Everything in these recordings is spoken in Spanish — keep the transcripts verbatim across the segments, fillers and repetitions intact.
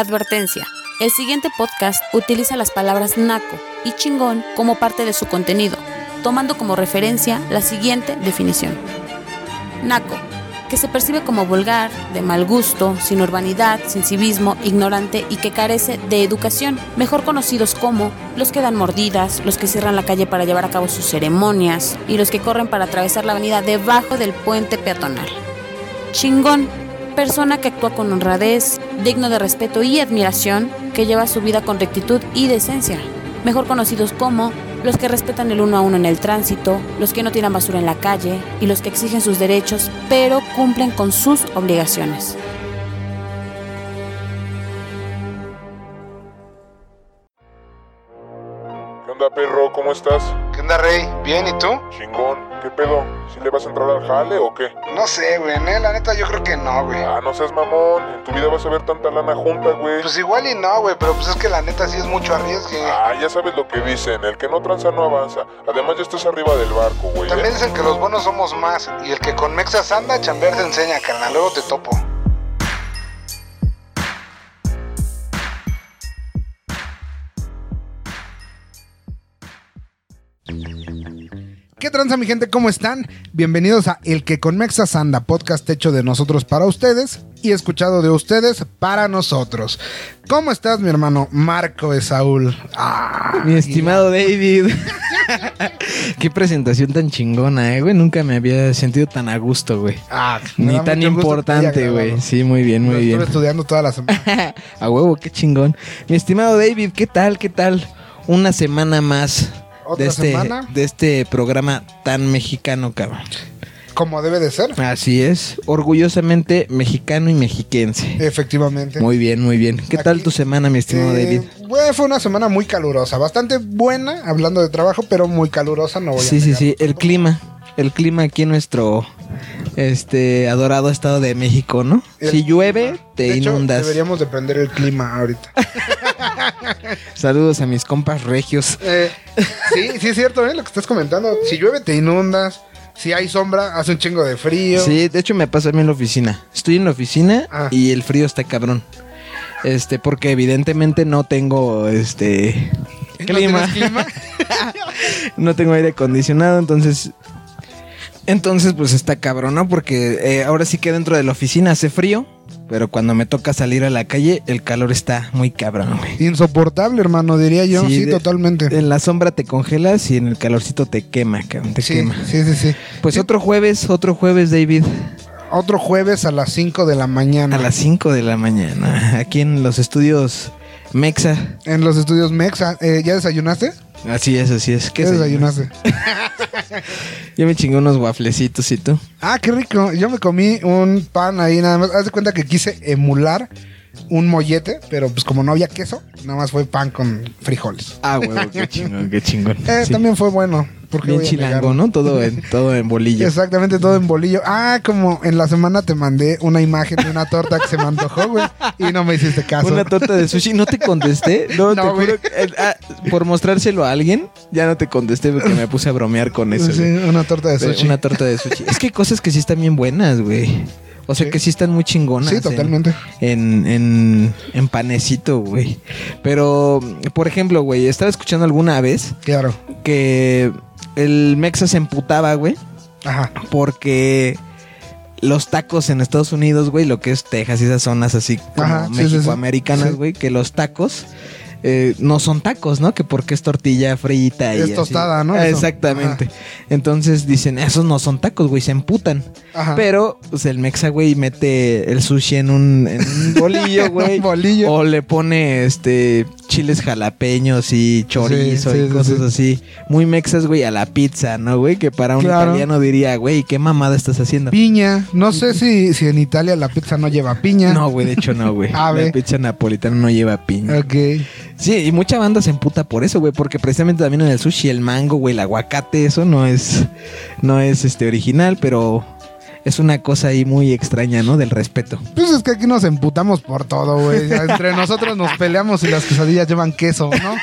Advertencia. El siguiente podcast utiliza las palabras naco y chingón como parte de su contenido, tomando como referencia la siguiente definición. Naco, que se percibe como vulgar, de mal gusto, sin urbanidad, sin civismo, ignorante y que carece de educación, mejor conocidos como los que dan mordidas, los que cierran la calle para llevar a cabo sus ceremonias y los que corren para atravesar la avenida debajo del puente peatonal. Chingón, persona que actúa con honradez, digno de respeto y admiración, que lleva su vida con rectitud y decencia, mejor conocidos como los que respetan el uno a uno en el tránsito, los que no tiran basura en la calle y los que exigen sus derechos, pero cumplen con sus obligaciones. ¿Qué onda, perro? ¿Cómo estás? ¿Qué onda, Rey? ¿Bien? ¿Y tú? Chingón. ¿Qué pedo? ¿Sí le vas a entrar al jale o qué? No sé, güey. ¿eh? La neta yo creo que no, güey. Ah, no seas mamón. En tu vida vas a ver tanta lana junta, güey. Pues igual y no, güey. Pero pues es que la neta sí es mucho arriesgue. Ah, ya sabes lo que dicen. El que no tranza no avanza. Además ya estás arriba del barco, güey. También ¿eh? dicen que los buenos somos más. Y el que con mexas anda, a chambear te enseña, carnal. Luego te topo. ¿Qué tranza, mi gente? ¿Cómo están? Bienvenidos a El que con Mexas anda, podcast hecho de nosotros para ustedes y escuchado de ustedes para nosotros. ¿Cómo estás, mi hermano Marco Esaúl? Ah, mi estimado yeah. David. Qué presentación tan chingona, eh, güey. Nunca me había sentido tan a gusto, güey. Ah, Ni tan importante, güey. Sí, muy bien, muy Lo bien. Estuve estudiando toda la semana. A huevo, qué chingón. Mi estimado David, ¿qué tal? ¿Qué tal? Una semana más. ¿Otra de este, semana? De este programa tan mexicano, cabrón. Como debe de ser. Así es, orgullosamente mexicano y mexiquense. Efectivamente. Muy bien, muy bien. ¿Qué Aquí, tal tu semana, mi estimado eh, David? Bueno, fue una semana muy calurosa, bastante buena, hablando de trabajo, pero muy calurosa, no voy sí, a Sí, sí, sí, tanto. el clima, el clima aquí en nuestro este adorado estado de México, ¿no? El si llueve, clima. te de inundas. Hecho, deberíamos de prender el clima ahorita. Saludos a mis compas regios. Eh, sí, sí es cierto, ¿eh? Lo que estás comentando. Si llueve, te inundas. Si hay sombra, hace un chingo de frío. Sí, de hecho me pasa a mí en la oficina. Estoy en la oficina ah. y el frío está cabrón. Este, porque evidentemente no tengo este clima. ¿No clima? No tengo aire acondicionado, entonces entonces pues está cabrón, ¿no? Porque eh, ahora sí que dentro de la oficina hace frío, pero cuando me toca salir a la calle el calor está muy cabrón, güey. Insoportable, hermano, diría yo. Sí, sí de, totalmente. En la sombra te congelas y en el calorcito te quema, cabrón, te sí, quema. Sí, sí, sí. Pues sí. otro jueves, otro jueves, David. Otro jueves a las cinco de la mañana. A las cinco de la mañana, aquí en los estudios Mexa. En los estudios Mexa. Eh, ¿Ya desayunaste? Así es, así es. ¿Qué desayunaste? Yo me chingué unos wafflecitos, ¿y tú? Ah, qué rico. Yo me comí un pan ahí nada más. Haz de cuenta que quise emular un mollete, pero pues como no había queso, nada más fue pan con frijoles. Ah, huevo, qué chingón, qué chingón. Eh, sí. También fue bueno. Bien chilango, ¿no? Todo en, todo en bolillo. Exactamente, todo en bolillo. Ah, como en la semana te mandé una imagen de una torta que se me antojó, güey, y no me hiciste caso. Una torta de sushi, ¿no te contesté? No, no te juro que, eh, ah, por mostrárselo a alguien, ya no te contesté porque me puse a bromear con eso. Sí, güey. una torta de sushi. Una torta de sushi. Es que hay cosas que sí están bien buenas, güey. O sea, sí. que sí están muy chingonas. Sí, totalmente. En, en, en panecito, güey. Pero, por ejemplo, güey, estaba escuchando alguna vez. Claro. Que el Mexa se emputaba, güey. Ajá. Porque los tacos en Estados Unidos, güey, lo que es Texas y esas zonas así como Ajá, México-americanas, sí, sí, güey, sí. Que los tacos eh, no son tacos, ¿no? Que porque es tortilla frita y es tostada, así. ¿no? Ah, exactamente. Ajá. Entonces dicen, esos no son tacos, güey, se emputan. Ajá. Pero, pues el Mexa, güey, mete el sushi en un, en un bolillo, güey. Un bolillo. O le pone, este, chiles jalapeños y chorizo sí, sí, y cosas sí. así. Muy mexas, güey, a la pizza, ¿no, güey? Que para un claro. italiano diría, güey, ¿qué mamada estás haciendo? Piña. No sé si, si en Italia la pizza no lleva piña. No, güey, de hecho no, güey. La pizza napolitana no lleva piña. Ok. Sí, y mucha banda se emputa por eso, güey, porque precisamente también en el sushi el mango, güey, el aguacate, eso no es no es este original, pero es una cosa ahí muy extraña, ¿no? Del respeto. Pues es que aquí nos emputamos por todo, güey. Ya entre nosotros nos peleamos y las quesadillas llevan queso, ¿no?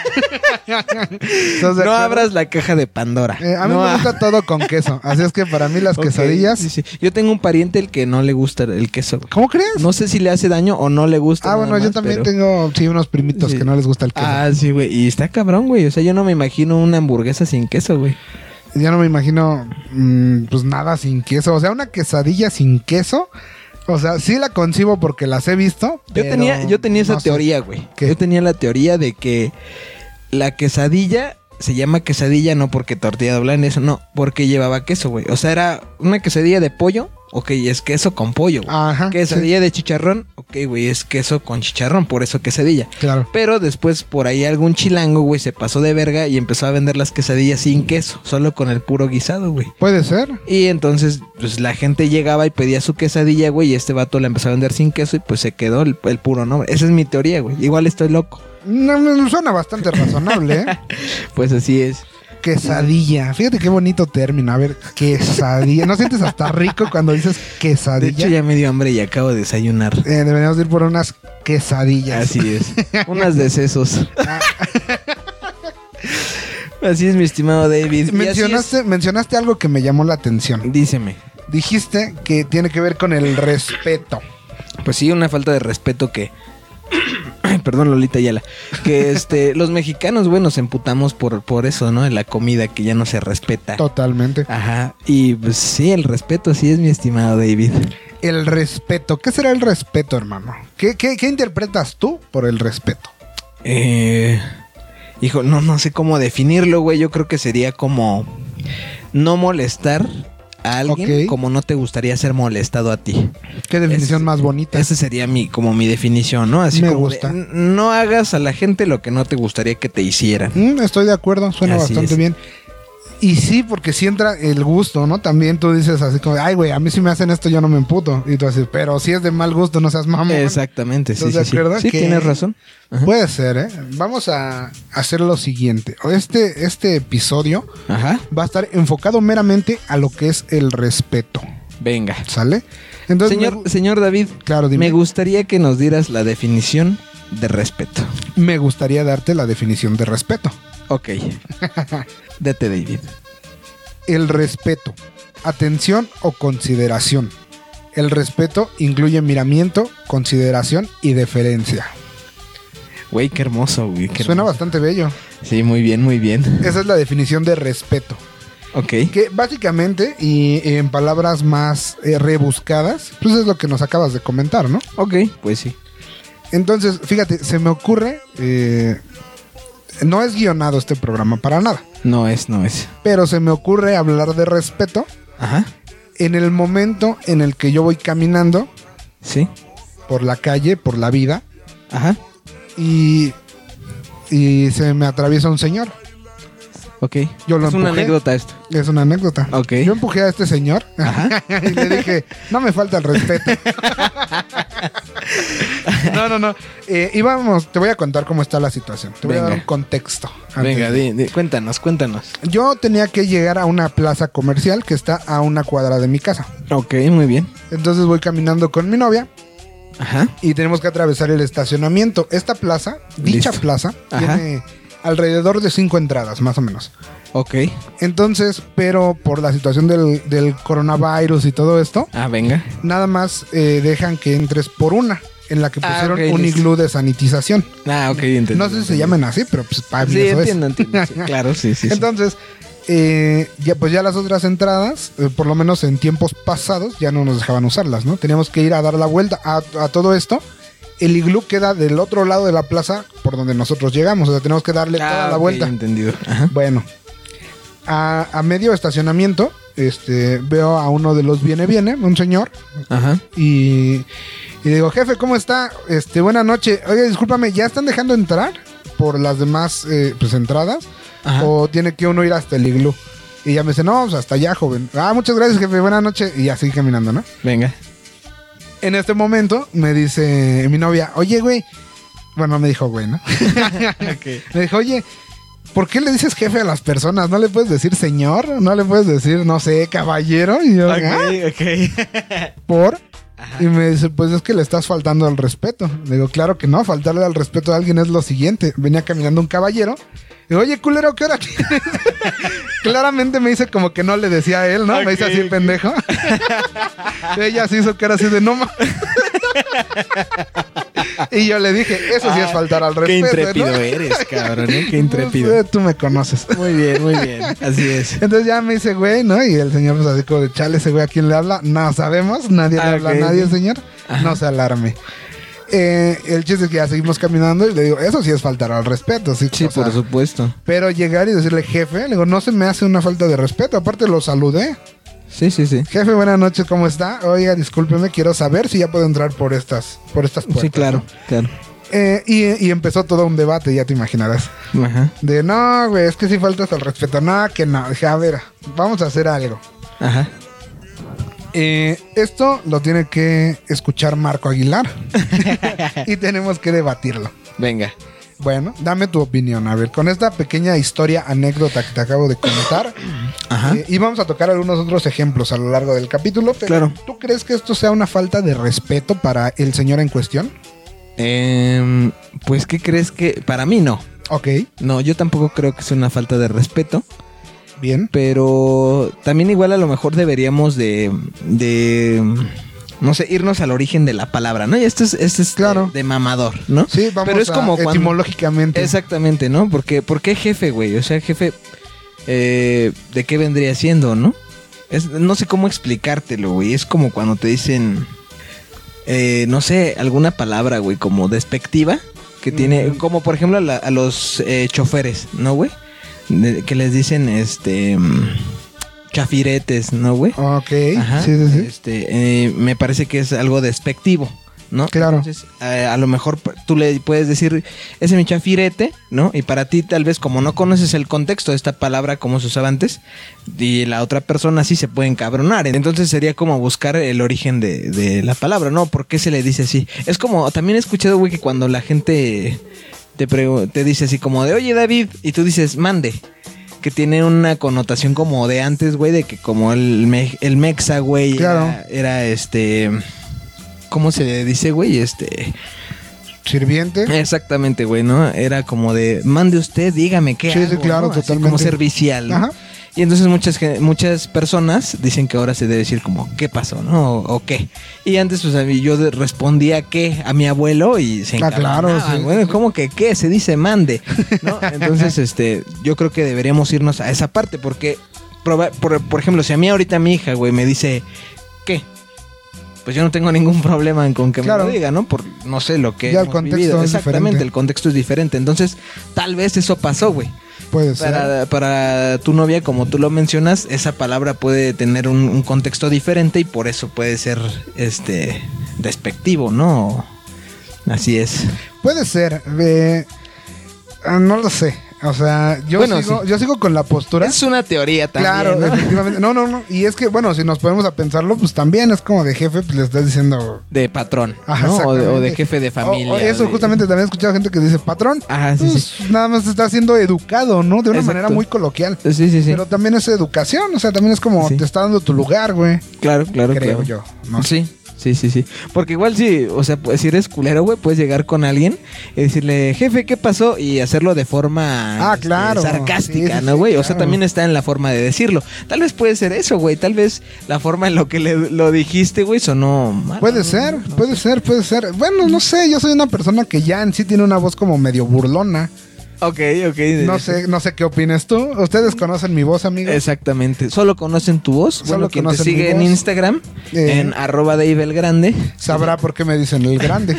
No abras la caja de Pandora. Eh, a mí no me a... gusta todo con queso. Así es que para mí las okay, quesadillas... Sí, sí. Yo tengo un pariente el que no le gusta el queso. ¿Cómo crees? No sé si le hace daño o no le gusta. Ah, bueno, más, yo también pero... tengo, sí, unos primitos sí. que no les gusta el queso. Ah, sí, güey. Y está cabrón, güey. O sea, yo no me imagino una hamburguesa sin queso, güey. Ya no me imagino, mmm, pues nada sin queso. O sea, una quesadilla sin queso... O sea, sí la concibo porque las he visto. Yo tenía, yo tenía esa no sé. teoría, güey. ¿Qué? Yo tenía la teoría de que la quesadilla se llama quesadilla no porque tortilla doblada en eso, no, porque llevaba queso, güey. O sea, era una quesadilla de pollo, ok, es queso con pollo, güey. Ajá. Quesadilla sí, de chicharrón, ok, güey, es queso con chicharrón, por eso quesadilla. claro. Pero después por ahí algún chilango, güey, se pasó de verga y empezó a vender las quesadillas sin queso, solo con el puro guisado, güey. Puede ser. Y entonces, pues la gente llegaba y pedía su quesadilla, güey, y este vato la empezó a vender sin queso y pues se quedó el, el puro nombre. Esa es mi teoría, güey. Igual estoy loco. No, no, suena bastante razonable, ¿eh? Pues así es. Quesadilla. Fíjate qué bonito término. A ver, quesadilla. ¿No sientes hasta rico cuando dices De quesadilla? hecho, ya me dio hambre y acabo de desayunar. Eh, deberíamos ir por unas quesadillas. Así es. Unas de sesos. Ah. Así es, mi estimado David. Y mencionaste, mencionaste algo que me llamó la atención. así es. Díceme. Dijiste que tiene que ver con el respeto. Pues sí, una falta de respeto que... Ay, perdón, Lolita Ayala. Que este, los mexicanos, güey, nos emputamos por, por eso, ¿no? En la comida que ya no se respeta. Totalmente. Ajá. Y pues sí, el respeto, sí es, mi estimado David. El respeto. ¿Qué será el respeto, hermano? ¿Qué, qué, qué interpretas tú por el respeto? Eh... Hijo, no, no sé cómo definirlo, güey. Yo creo que sería como no molestar a alguien Ok. como no te gustaría ser molestado a ti. ¿Qué definición Es- más bonita? Esa sería mi, como mi definición, ¿no? Así Me como gusta. de, "N- no hagas a la gente lo que no te gustaría que te hicieran. Mm, estoy de acuerdo, suena Así bastante es. bien. Y sí, porque sí entra el gusto, ¿no? También tú dices así como, ay, güey, a mí si me hacen esto yo no me emputo. Y tú así, pero si es de mal gusto, no seas mamón. Exactamente, sí, ¿Estás sí, de sí. acuerdo? Sí, Que- tienes razón. Ajá. Puede ser, ¿eh? Vamos a hacer lo siguiente. Este, este episodio Ajá. va a estar enfocado meramente a lo que es el respeto, Venga. ¿sale? Entonces, Señor, me, señor David, claro, dime. me gustaría que nos dieras la definición de respeto. me gustaría darte la definición de respeto. Ok. Date, David. El respeto, atención o consideración. El respeto incluye miramiento, consideración y deferencia. Güey, qué hermoso, güey. qué Suena hermoso. bastante bello. Sí, muy bien, muy bien. Esa es la definición de respeto. Ok. Que básicamente, y en palabras más eh, rebuscadas, pues es lo que nos acabas de comentar, ¿no? Ok, pues sí. Entonces, fíjate, se me ocurre, eh, no es guionado este programa para nada, No es, no es. pero se me ocurre hablar de respeto Ajá. en el momento en el que yo voy caminando Sí. por la calle, por la vida, Ajá. y, y se me atraviesa un señor. Ok. Yo lo es una empujé. anécdota esto. Es una anécdota. Ok. Yo empujé a este señor Ajá. y le dije, no me falta el respeto. no, no, no. Eh, íbamos, te voy a contar cómo está la situación. Te voy a Venga. dar un contexto. antes Venga, de- di, di- cuéntanos, cuéntanos. Yo tenía que llegar a una plaza comercial que está a una cuadra de mi casa. Ok, muy bien. Entonces voy caminando con mi novia Ajá. y tenemos que atravesar el estacionamiento. Esta plaza, dicha Listo. plaza, Ajá. tiene alrededor de cinco entradas, más o menos. Ok. Entonces, pero por la situación del, del coronavirus y todo esto, Ah, venga. nada más eh, dejan que entres por una, en la que Ah, pusieron ok, un listo. iglú de sanitización. Ah, ok, entiendo. No sé si se llaman así, pero pues para mí Sí, eso es. entiendo, entiendo. Sí, claro, sí, sí. sí. Entonces, eh, ya pues ya las otras entradas, eh, por lo menos en tiempos pasados, ya no nos dejaban usarlas, ¿no? Teníamos que ir a dar la vuelta a, a todo esto. El iglú queda del otro lado de la plaza por donde nosotros llegamos, o sea, tenemos que darle Ah, toda la ok, vuelta. entendido. Ajá. Bueno, a, a medio estacionamiento, este, veo a uno de los viene viene, un señor, Ajá. y, y digo, jefe, ¿cómo está? Este, buena noche. Oye, discúlpame, ¿ya están dejando entrar por las demás eh, pues, entradas? Ajá. ¿O tiene que uno ir hasta el iglú? Y ya me dice, no, pues hasta allá, joven. Ah, muchas gracias, jefe, buena noche. Y así caminando, ¿no? Venga. En este momento me dice mi novia, oye, güey. Bueno, me dijo, güey, ¿no? Me dijo, oye, ¿por qué le dices jefe a las personas? ¿No le puedes decir señor? ¿No le puedes decir, no sé, caballero? Y yo, Ok, ¿ah? ok. ¿Por? Ajá. Y me dice, pues es que le estás faltando al respeto. Le digo, claro que no, faltarle al respeto a alguien es lo siguiente. Venía caminando un caballero. Y digo, oye, culero, ¿qué hora tienes? Claramente me dice como que no le decía a él, ¿no? Ok, me dice así, ok. pendejo. Ella se hizo cara así de no ma-". Y yo le dije, eso sí es faltar al Qué respeto. intrépido ¿no? eres, cabrón, ¿eh? Qué intrépido. Pues, eh, tú me conoces. Muy bien, muy bien. Así es. Entonces ya me dice, güey, ¿no? Y el señor, pues así como de chale, ese güey, ¿a quién le habla? No sabemos, nadie Ah, le habla ok, a nadie, ok. señor. Ajá. No se alarme. Eh, el chiste es que ya seguimos caminando y le digo, eso sí es faltar al respeto, sí. Sí, o sea, por supuesto. pero llegar y decirle jefe, le digo, no se me hace una falta de respeto. Aparte lo saludé. Sí, sí, sí. Jefe, buenas noches, ¿cómo está? Oiga, discúlpeme, quiero saber si ya puedo entrar por estas, por estas puertas. Sí, claro, ¿no? claro. Eh, y, y empezó todo un debate, ya te imaginarás. Ajá, De no, güey, es que si faltas al respeto. No, que no. Dije, a ver, vamos a hacer algo. ajá. Eh, esto lo tiene que escuchar Marco Aguilar. Y tenemos que debatirlo. Venga. Bueno, dame tu opinión. A ver, con esta pequeña historia, anécdota que te acabo de contar, Ajá. eh, y vamos a tocar algunos otros ejemplos a lo largo del capítulo. Pero Claro. ¿tú crees que esto sea una falta de respeto para el señor en cuestión? Em, pues, ¿qué crees que...? Para mí no. Ok, No, yo tampoco creo que sea una falta de respeto. bien. Pero también igual a lo mejor deberíamos de... de no sé, irnos al origen de la palabra, ¿no? Y esto es, esto es Claro. de, de mamador, ¿no? Sí, vamos Pero es a- como cuando- etimológicamente. Exactamente, ¿no? Porque, ¿por qué jefe, güey? O sea, jefe, eh, ¿de qué vendría siendo, no? Es, no sé cómo explicártelo, güey. Es como cuando te dicen, eh, no sé, alguna palabra, güey, como despectiva, que tiene, como por ejemplo a, la- a los eh, choferes, ¿no, güey? De- que les dicen, este, mm, chafiretes, ¿no, güey? Ok, Ajá. sí, sí, sí. Este, eh, me parece que es algo despectivo, ¿no? Claro. Entonces, eh, a lo mejor p- tú le puedes decir, ese es mi chafirete, ¿no? Y para ti, tal vez, como no conoces el contexto de esta palabra, como se usaba antes, y la otra persona sí se puede encabronar. Entonces, sería como buscar el origen de, de la palabra, ¿no? ¿Por qué se le dice así? Es como, también he escuchado, güey, que cuando la gente te, pregu- te dice así como de, oye, David, y tú dices, mande. Que tiene una connotación como de antes, güey, de que como el, me- el mexa, güey, Claro. era, era este... ¿Cómo se le dice, güey? Este... Sirviente. Exactamente, güey, ¿no? Era como de, mande usted, dígame qué Sí, sí, hago, claro, ¿no? Así totalmente. como servicial, ¿no? Ajá. Y entonces muchas gen- muchas personas dicen que ahora se debe decir como, ¿qué pasó, no? O, o qué. Y antes, pues, a mí, yo de- respondía ¿qué? A mi abuelo y se Ah, claro, encabronaban, sí. güey, ¿cómo que qué? Se dice mande, ¿no? Entonces, este, yo creo que deberíamos irnos a esa parte porque, proba- por, por ejemplo, si a mí ahorita mi hija, güey, me dice, ¿qué? Pues yo no tengo ningún problema en con que Claro. me lo diga, ¿no? Por, no sé, lo que Ya el hemos contexto vivido. es Exactamente, diferente. el contexto es diferente. Entonces, tal vez eso pasó, güey. Puede ser. Para, para tu novia, como tú lo mencionas, esa palabra puede tener un, un contexto diferente y por eso puede ser este despectivo, ¿no? Así es. Puede ser. eh, ah, no lo sé. O sea, yo, Bueno, sigo, sí. yo sigo con la postura. Es una teoría también. Claro, ¿no? efectivamente. No, no, no. Y es que, bueno, si nos ponemos a pensarlo, pues también es como de jefe, pues le estás diciendo. De patrón, Ajá, ¿no? O de, o de exactamente. jefe de familia. O- o eso, de- justamente también he escuchado gente que dice patrón. Ajá, sí, Pues sí. nada más está siendo educado, ¿no? De una Exacto. manera muy coloquial. Sí, sí, sí. Pero también es educación, o sea, también es como Sí. te está dando tu lugar, güey. Claro, claro, Creo claro. yo. No sé. Sí, sí, sí, sí. Porque igual sí, o sea, pues, si eres culero, güey, puedes llegar con alguien y decirle, jefe, ¿qué pasó? Y hacerlo de forma Ah, este, claro. sarcástica, Sí, sí, ¿no, sí, güey? O sea, claro. también está en la forma de decirlo. Tal vez puede ser eso, güey. Tal vez la forma en lo que le, lo dijiste, güey, sonó mal. Puede ¿no? ser, No puede sé. ser, puede ser. Bueno, no sé, yo soy una persona que ya en sí tiene una voz como medio burlona. Ok, ok. No sé, no sé qué opinas tú. ¿Ustedes conocen mi voz, amigos? Exactamente. Solo conocen tu voz. Solo Bueno, quien te conocen mi sigue en voz. Instagram, Eh. en arroba Dave el Grande. Sabrá por qué me dicen el grande.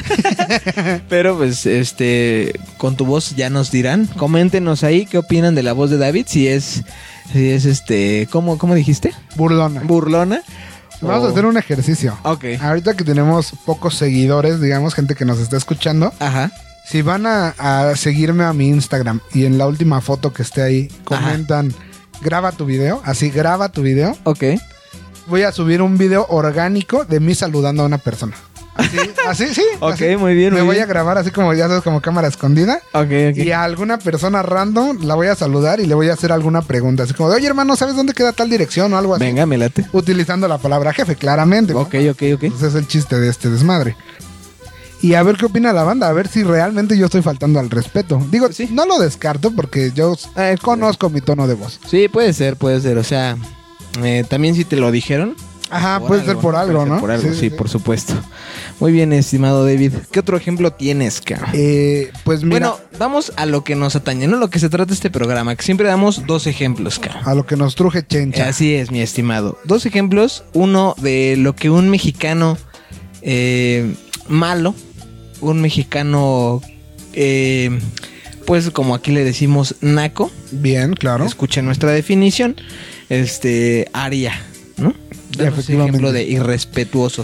Pero pues este con tu voz ya nos dirán. Coméntenos ahí qué opinan de la voz de David, si es si es este, ¿cómo cómo dijiste? Burlona. Burlona. Vamos o- a hacer un ejercicio. Ok. Ahorita que tenemos pocos seguidores, digamos, gente que nos está escuchando, Ajá. si van a, a seguirme a mi Instagram y en la última foto que esté ahí comentan, graba tu video, así graba tu video, Ok. voy a subir un video orgánico de mí saludando a una persona. Así, así, sí. Ok, así. muy bien, Me muy voy bien. a grabar así como, ya sabes, como cámara escondida. Ok, ok. Y a alguna persona random la voy a saludar y le voy a hacer alguna pregunta. Así como, de, oye, hermano, ¿sabes dónde queda tal dirección o algo así? Venga, me late. Utilizando la palabra jefe, claramente. ¿no? Ok, ok, ok. Ese es el chiste de este desmadre. Y a ver qué opina la banda, a ver si realmente yo estoy faltando al respeto. Digo, Sí. no lo descarto porque yo Ah, conozco mi tono de voz. Sí, puede ser, puede ser. O sea, eh, también si te lo dijeron. Ajá, por puede ser por algo, Puede ser ¿no? Por algo, sí, Sí, sí, sí. por supuesto. Muy bien, estimado David. ¿Qué otro ejemplo tienes, cabrón? Eh, pues mira, Bueno, vamos a lo que nos atañe, ¿no? Lo que se trata este programa, que siempre damos dos ejemplos, cabrón. a lo que nos truje Chencha. Así es, mi estimado. Dos ejemplos. Uno de lo que un mexicano eh, malo, un mexicano, eh, pues como aquí le decimos, naco. Bien, claro. Escuchen nuestra definición. Este, haría, ¿no? Danos Efectivamente. ejemplo de irrespetuoso.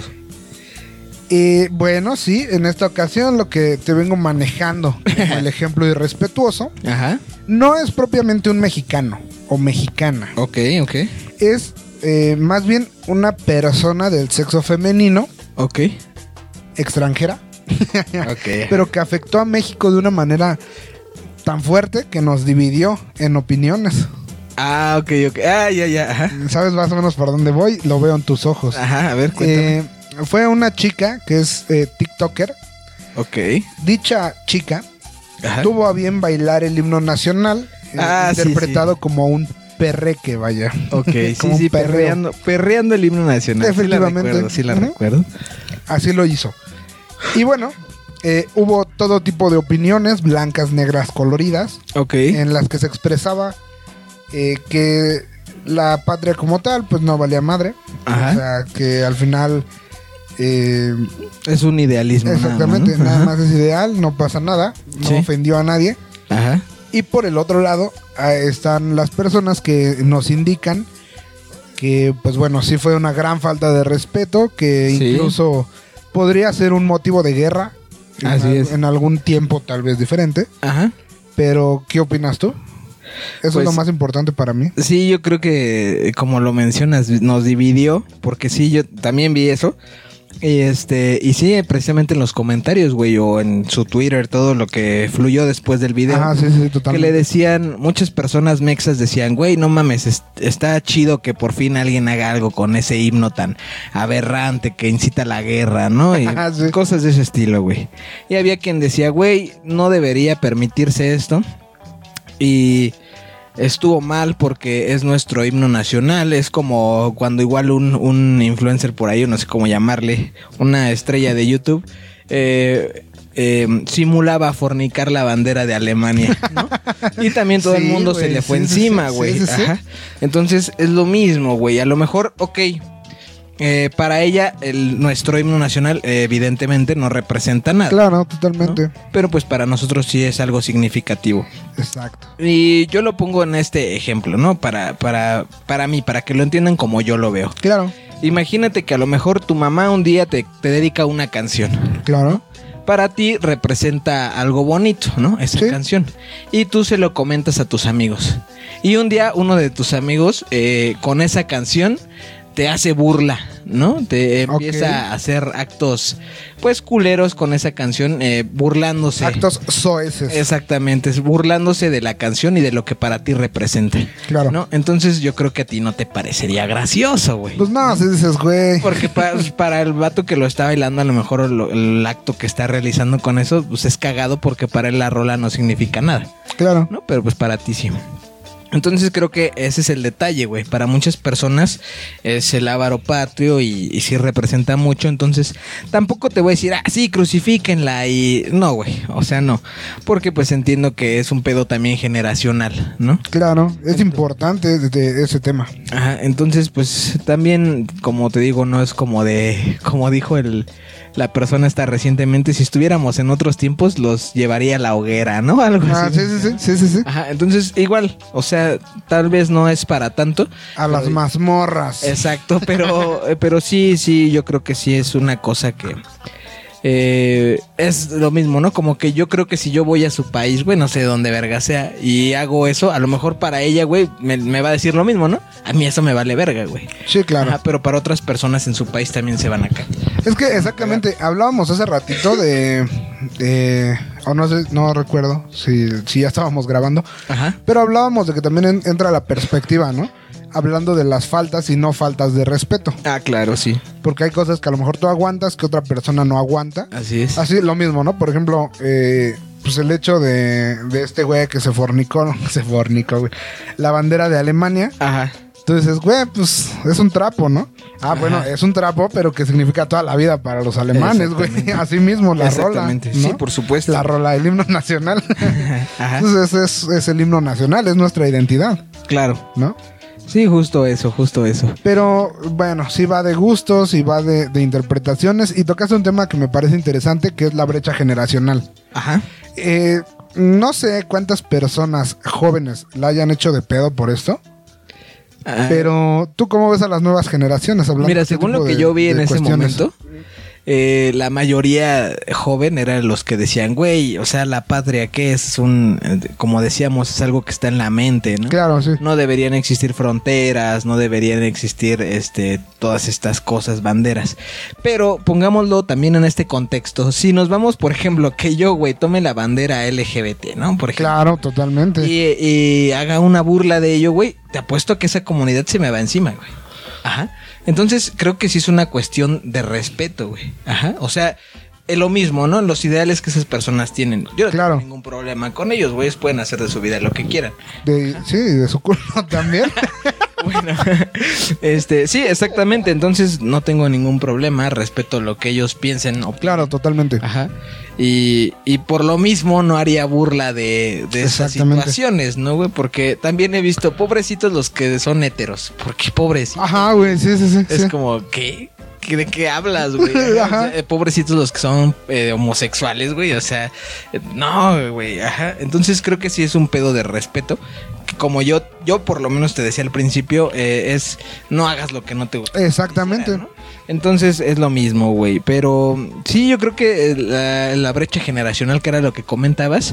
Eh, bueno, sí, en esta ocasión lo que te vengo manejando como el ejemplo irrespetuoso Ajá. no es propiamente un mexicano o mexicana. Ok, ok. Es eh, más bien una persona del sexo femenino, Ok. extranjera, Ok. pero que afectó a México de una manera tan fuerte que nos dividió en opiniones. Ah, ok, ok. Ah, ya, ya. Ajá. ¿Sabes más o menos por dónde voy? Lo veo en tus ojos. Ajá, a ver, cuéntame. Eh, fue una chica que es eh, TikToker. ok. Dicha chica Ajá. tuvo a bien bailar el himno nacional, eh, Ah, sí, interpretado sí. como un perreque, vaya. Ok, sí, Como un sí, perreo. perreando, perreando el himno nacional. Efectivamente. Sí la recuerdo, sí la Ujú. recuerdo. Así lo hizo. Y bueno, eh, hubo todo tipo de opiniones, blancas, negras, coloridas, Ok. en las que se expresaba eh, que la patria como tal, pues no valía madre. Ajá. O sea, que al final... eh, Es un idealismo. exactamente, nada más, ¿no? nada Ajá. más es ideal, no pasa nada, no Sí. ofendió a nadie. Ajá. Y por el otro lado ah, están las personas que nos indican que, pues bueno, sí fue una gran falta de respeto, que Sí. incluso podría ser un motivo de guerra en, Así al- es. en algún tiempo tal vez diferente. Ajá. Pero, ¿qué opinas tú? Eso Pues- es lo más importante para mí. Sí, yo creo que, como lo mencionas, nos dividió, porque sí, yo también vi eso. Y este, y sí, precisamente en los comentarios, güey, o en su Twitter, todo lo que fluyó después del video. Ajá, sí, sí, Que totalmente. le decían, muchas personas mexas decían, güey, no mames, es- está chido que por fin alguien haga algo con ese himno tan aberrante que incita a la guerra, ¿no? Y Ajá, sí. cosas de ese estilo, güey. Y había quien decía, güey, no debería permitirse esto. Y estuvo mal porque es nuestro himno nacional. Es como cuando igual un, un influencer por ahí, no sé cómo llamarle, una estrella de YouTube, eh, eh, simulaba fornicar la bandera de Alemania, ¿no? Y también todo Sí, el mundo güey, se le fue sí, sí, encima, sí, güey. sí, sí, sí. Ajá. Entonces es lo mismo, güey. A lo mejor, ok. eh, para ella, el, nuestro himno nacional, eh, evidentemente, no representa nada. Claro, ¿no? totalmente. Pero pues para nosotros sí es algo significativo. Exacto. Y yo lo pongo en este ejemplo, ¿no? Para, para, para mí, para que lo entiendan como yo lo veo. Claro, Imagínate que a lo mejor tu mamá un día te, te dedica una canción. claro. Para ti representa algo bonito, ¿no? Esa Sí. canción. Y tú se lo comentas a tus amigos. Y un día uno de tus amigos eh, con esa canción te hace burla, ¿no? Te empieza Ok. a hacer actos, pues, culeros con esa canción, eh, burlándose. Actos soeces. Exactamente, es burlándose de la canción y de lo que para ti representa. Claro. ¿No? Entonces yo creo que a ti no te parecería gracioso, güey. Pues no, si dices, güey. Porque pa- para el vato que lo está bailando, a lo mejor lo- el acto que está realizando con eso, pues es cagado porque para él la rola no significa nada, Claro. ¿no? Pero pues para ti sí. Entonces creo que ese es el detalle, güey. Para muchas personas es el ávaro patrio y, y sí representa mucho. Entonces tampoco te voy a decir, ah, sí, crucifíquenla y... No, güey. O sea, no. Porque pues entiendo que es un pedo también generacional, ¿no? Claro, es importante de, de ese tema. Ajá, entonces pues también, como te digo, no es como de... Como dijo el... La persona está recientemente, si estuviéramos en otros tiempos, los llevaría a la hoguera, ¿no? Algo Ah, así. sí, sí, sí, sí, sí, sí. Ajá, entonces igual, o sea, tal vez no es para tanto. A las mazmorras. Exacto, pero, eh, pero sí, sí, yo creo que sí es una cosa que, eh, es lo mismo, ¿no? Como que yo creo que si yo voy a su país, güey, no sé de dónde verga sea, y hago eso, a lo mejor para ella, güey, me, me va a decir lo mismo, ¿no? A mí eso me vale verga, güey. Sí, claro. Ajá, pero para otras personas en su país también se van acá. Es que exactamente, hablábamos hace ratito de... de o no sé, no recuerdo si, si ya estábamos grabando. Ajá. Pero hablábamos de que también en, entra la perspectiva, ¿no? Hablando de las faltas y no faltas de respeto. Ah, claro, sí. Porque hay cosas que a lo mejor tú aguantas que otra persona no aguanta. Así es. Así, lo mismo, ¿no? Por ejemplo, eh, pues el hecho de, de este güey que se fornicó, se fornicó, güey. La bandera de Alemania. Ajá. Entonces, güey, pues es un trapo, ¿no? Ah, Ajá. bueno, es un trapo, pero que significa toda la vida para los alemanes, güey. Así mismo, la rola. ¿No? Sí, por supuesto. La rola, el himno nacional. Ajá. Entonces, es, es el himno nacional, es nuestra identidad, Claro. ¿no? Sí, justo eso, justo eso. Pero bueno, sí va de gustos y va de, de interpretaciones. Y tocaste un tema que me parece interesante, que es la brecha generacional. Ajá. Eh, no sé cuántas personas jóvenes la hayan hecho de pedo por esto. Ah, Pero ¿tú cómo ves a las nuevas generaciones? Hablando mira, de este según tipo lo que de- yo vi en de ese cuestiones? momento, eh, la mayoría joven eran los que decían, güey, o sea, la patria, ¿qué es? Un, eh, como decíamos, es algo que está en la mente, ¿no? Claro, sí. No deberían existir fronteras, no deberían existir este, todas estas cosas, banderas. Pero pongámoslo también en este contexto. Si nos vamos, por ejemplo, que yo, güey, tome la bandera L G B T, ¿no? Por ejemplo. Claro, totalmente. Y, y haga una burla de ello, güey, te apuesto que esa comunidad se me va encima, güey. Ajá. Entonces, creo que sí es una cuestión de respeto, güey. Ajá. O sea, es lo mismo, ¿no? Los ideales que esas personas tienen. Yo no Claro. tengo ningún problema con ellos, güey. Pueden hacer de su vida lo que quieran. De, sí, de su culo también. Bueno, este, sí, exactamente. Entonces, no tengo ningún problema. Respeto lo que ellos piensen. opinen. Claro, totalmente. Ajá. Y, y por lo mismo no haría burla de, de esas Exactamente. situaciones, ¿no, güey? Porque también he visto pobrecitos los que son héteros. ¿Por qué pobrecitos? Ajá, güey, sí, sí, sí. Es sí. como, ¿qué? ¿Qué- ¿De qué hablas, güey? Ajá. O sea, eh, pobrecitos los que son eh, homosexuales, güey. O sea, eh, no, güey. Ajá. Entonces creo que sí es un pedo de respeto. Que como yo, yo por lo menos te decía al principio, eh, es no hagas lo que no te gusta. Exactamente. ¿No? Entonces es lo mismo, güey. Pero sí, yo creo que eh, la, la brecha generacional, que era lo que comentabas,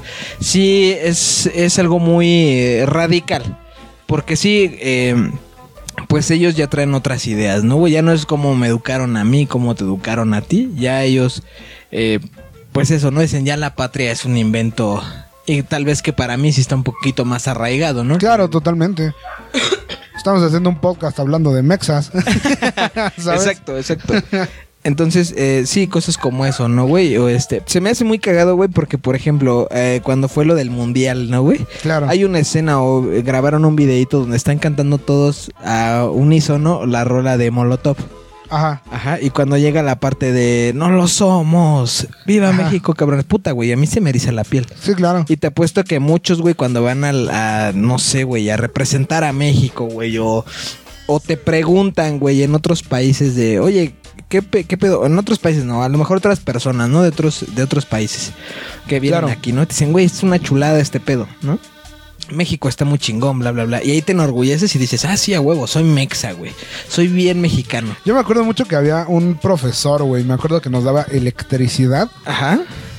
sí es, es algo muy eh, radical. Porque sí, eh, pues ellos ya traen otras ideas, ¿no, güey? Ya no es como me educaron a mí, como te educaron a ti. Ya ellos, eh, pues eso, ¿no? Dicen, ya la patria es un invento. Y tal vez que para mí sí está un poquito más arraigado, ¿no? Claro, totalmente. Estamos haciendo un podcast hablando de mexas. ¿Sabes? Exacto, exacto. Entonces, eh, sí, cosas como eso, ¿no, güey? O este, se me hace muy cagado, güey, porque, por ejemplo, eh, cuando fue lo del mundial, ¿no, güey? Claro. Hay una escena o eh, grabaron un videito donde están cantando todos a unísono la rola de Molotov. Ajá. Ajá, y cuando llega la parte de no lo somos, viva Ajá. México, cabrones, puta, güey, a mí se me eriza la piel. Sí, claro. Y te apuesto que muchos, güey, cuando van al- a, no sé, güey, a representar a México, güey, o, o te preguntan, güey, en otros países de, oye, ¿qué, pe- qué pedo? En otros países, no, a lo mejor otras personas, ¿no? De otros, de otros países que vienen Claro. aquí, ¿no? Te dicen, güey, es una chulada este pedo, ¿no? México está muy chingón, bla, bla, bla. Y ahí te enorgulleces y dices, ah, sí, a huevo, soy mexa, güey. Soy bien mexicano. Yo me acuerdo mucho que había un profesor, güey. Me acuerdo que nos daba electricidad. Ajá.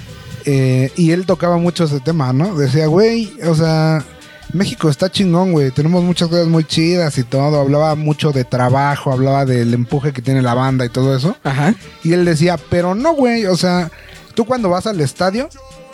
eh, y él tocaba mucho ese tema, ¿no? Decía, güey, o sea, México está chingón, güey. Tenemos muchas cosas muy chidas y todo. Hablaba mucho de trabajo, hablaba del empuje que tiene la banda y todo eso. Ajá. Y él decía, pero no, güey. O sea, tú cuando vas al estadio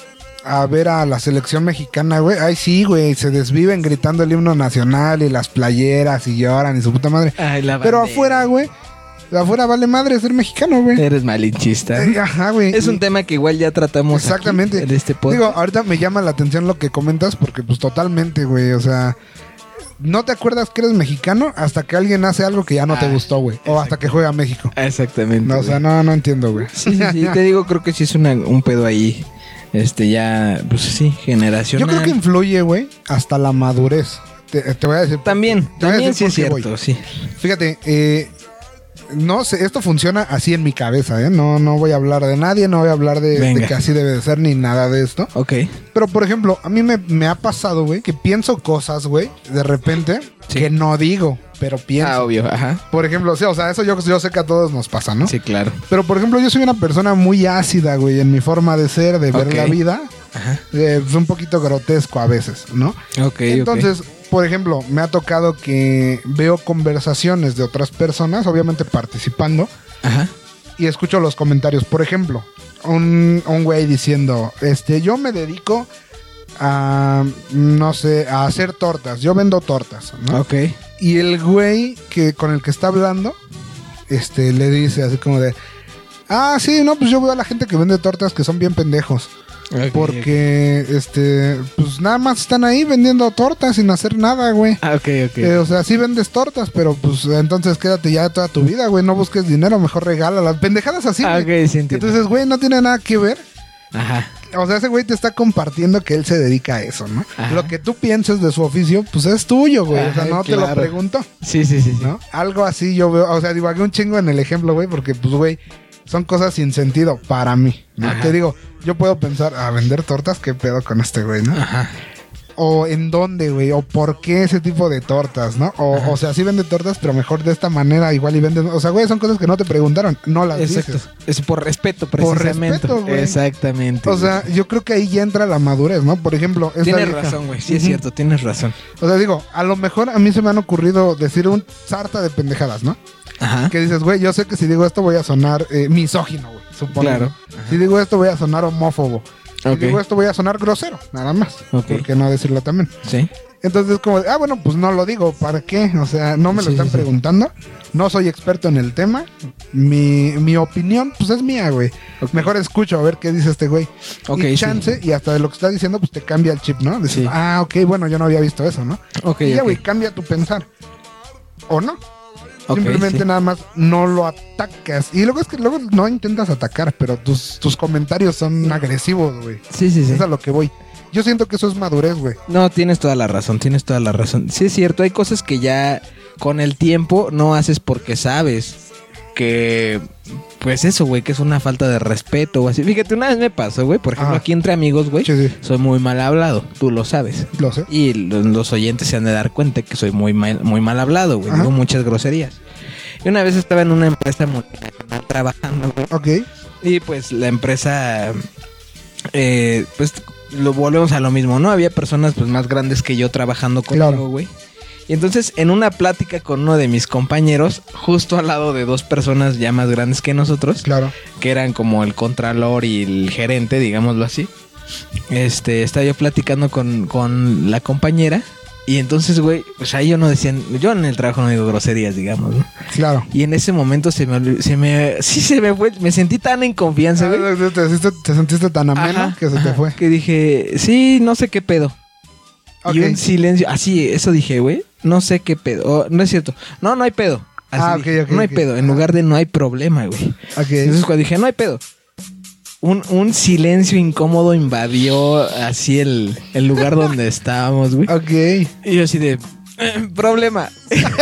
a ver a la selección mexicana, güey. Ay, sí, güey. Se desviven gritando el himno nacional y las playeras y lloran y su puta madre. Ay, la Pero bandera. afuera, güey. Afuera vale madre ser mexicano, güey. Eres malinchista. Eh, Ajá, güey. Es un Y- tema que igual ya tratamos Exactamente. aquí en este podcast. Digo, ahorita me llama la atención lo que comentas porque pues totalmente, güey, o sea, no te acuerdas que eres mexicano hasta que alguien hace algo que ya no te Ah, gustó, güey, o hasta que juega México. Exactamente. No, o sea, no, no entiendo, güey. Sí, sí, sí, te digo, creo que sí es una- un pedo ahí. Este, ya, pues sí, Yo generacional. creo que influye, güey, hasta la madurez. Te, te voy a decir. También, te voy a también decir sí es por qué, cierto, güey. sí. Fíjate, eh, no sé, esto funciona así en mi cabeza, ¿eh? No, no voy a hablar de nadie, no voy a hablar de, de que así debe de ser ni nada de esto. Ok. Pero, por ejemplo, a mí me, me ha pasado, güey, que pienso cosas, güey, de repente, sí. que no digo, pero pienso. Ah, obvio, ajá. Por ejemplo, sí, o sea, eso yo, yo sé que a todos nos pasa, ¿no? Sí, claro. Pero, por ejemplo, yo soy una persona muy ácida, güey, en mi forma de ser, de ver okay. la vida. Ajá. Eh, es un poquito grotesco a veces, ¿no? Ok, Entonces, okay. por ejemplo, me ha tocado que veo conversaciones de otras personas, obviamente participando. Ajá. Y escucho los comentarios. Por ejemplo, un, un güey diciendo, este, yo me dedico a, no sé, a hacer tortas. Yo vendo tortas, ¿no? Ok. Y el güey que, con el que está hablando, este, le dice así como de, ah, sí, no, pues yo veo a la gente que vende tortas que son bien pendejos. Okay, porque, okay. este, pues nada más están ahí vendiendo tortas sin hacer nada, güey. Ah, ok, ok. Eh, o sea, sí vendes tortas, pero pues entonces quédate ya toda tu vida, güey. No busques dinero, mejor regálalas. Pendejadas así, ah, güey. Ok, sí entiendo. Entonces, güey, no tiene nada que ver. Ajá. O sea, ese güey te está compartiendo que él se dedica a eso, ¿no? Ajá. Lo que tú pienses de su oficio, pues es tuyo, güey. Ajá, o sea, no claro. te lo pregunto. Sí, sí, sí, sí. ¿No? Algo así yo veo. O sea, divagué un chingo en el ejemplo, güey, porque, pues, güey, son cosas sin sentido para mí, ¿no? Ajá. Te digo, yo puedo pensar, a vender tortas, ¿qué pedo con este güey, no? Ajá. O en dónde, güey, o por qué ese tipo de tortas, ¿no? O, o sea, sí vende tortas, pero mejor de esta manera, igual y vende. O sea, güey, son cosas que no te preguntaron, no las Exacto. dices. Es por respeto, precisamente. Por respeto, güey. Exactamente. O sea, yo creo que ahí ya entra la madurez, ¿no? Por ejemplo, esta tienes vieja. razón, güey. Sí, es cierto, tienes razón. O sea, digo, a lo mejor a mí se me han ocurrido decir un sarta de pendejadas, ¿no? Ajá. Que dices, güey, yo sé que si digo esto voy a sonar eh, misógino, güey, supongo. Claro. Si digo esto voy a sonar homófobo. Si okay. digo esto voy a sonar grosero, nada más. Okay. ¿Por qué no decirlo también? Sí. Entonces, como, ah, bueno, pues no lo digo, ¿para qué? O sea, no me lo sí, están sí, preguntando. No soy experto en el tema. Mi, mi opinión, pues es mía, güey. Okay. Mejor escucho a ver qué dice este güey. Okay, y chance, sí. y hasta de lo que está diciendo, pues te cambia el chip, ¿no? Decir, sí. ah, ok, bueno, yo no había visto eso, ¿no? Ok, y ya, güey, okay. cambia tu pensar. ¿O no? Okay, Simplemente sí. nada más no lo atacas. Y luego es que luego no intentas atacar, pero tus, tus comentarios son agresivos, güey. Sí, sí, sí. Es a lo que voy. Yo siento que eso es madurez, güey. No, tienes toda la razón, tienes toda la razón. Sí, es cierto, hay cosas que ya con el tiempo no haces porque sabes que, pues eso, güey, que es una falta de respeto o así. Fíjate, una vez me pasó, güey, por ejemplo, ah. aquí entre amigos, güey, sí, sí. soy muy mal hablado, tú lo sabes. Lo sé. Y los, los oyentes se han de dar cuenta que soy muy mal, muy mal hablado, güey, digo muchas groserías. Y una vez estaba en una empresa multinacional trabajando, güey. Ok. Y pues la empresa, eh, pues lo volvemos a lo mismo, ¿no? Había personas pues más grandes que yo trabajando conmigo, güey. Claro. Y entonces en una plática con uno de mis compañeros, justo al lado de dos personas ya más grandes que nosotros, claro, que eran como el contralor y el gerente, digámoslo así, este, estaba yo platicando con, con la compañera. Y entonces, güey, pues ahí yo no decía, yo en el trabajo no digo groserías, digamos, ¿no? Claro. Y en ese momento se me, se me, sí se me fue, me sentí tan en confianza, güey. Ah, te, te, te sentiste tan ameno ajá, que se ajá, te fue. Que dije, sí, no sé qué pedo. Okay. Y un silencio, así, eso dije, güey, no sé qué pedo. Oh, no es cierto, no, no hay pedo. Así ah, dije, okay, okay, no hay okay. pedo, en lugar de no hay problema, güey. Okay. Entonces cuando dije, no hay pedo. Un, un silencio incómodo invadió así el, el lugar donde estábamos, güey. Ok. Y yo así de... problema.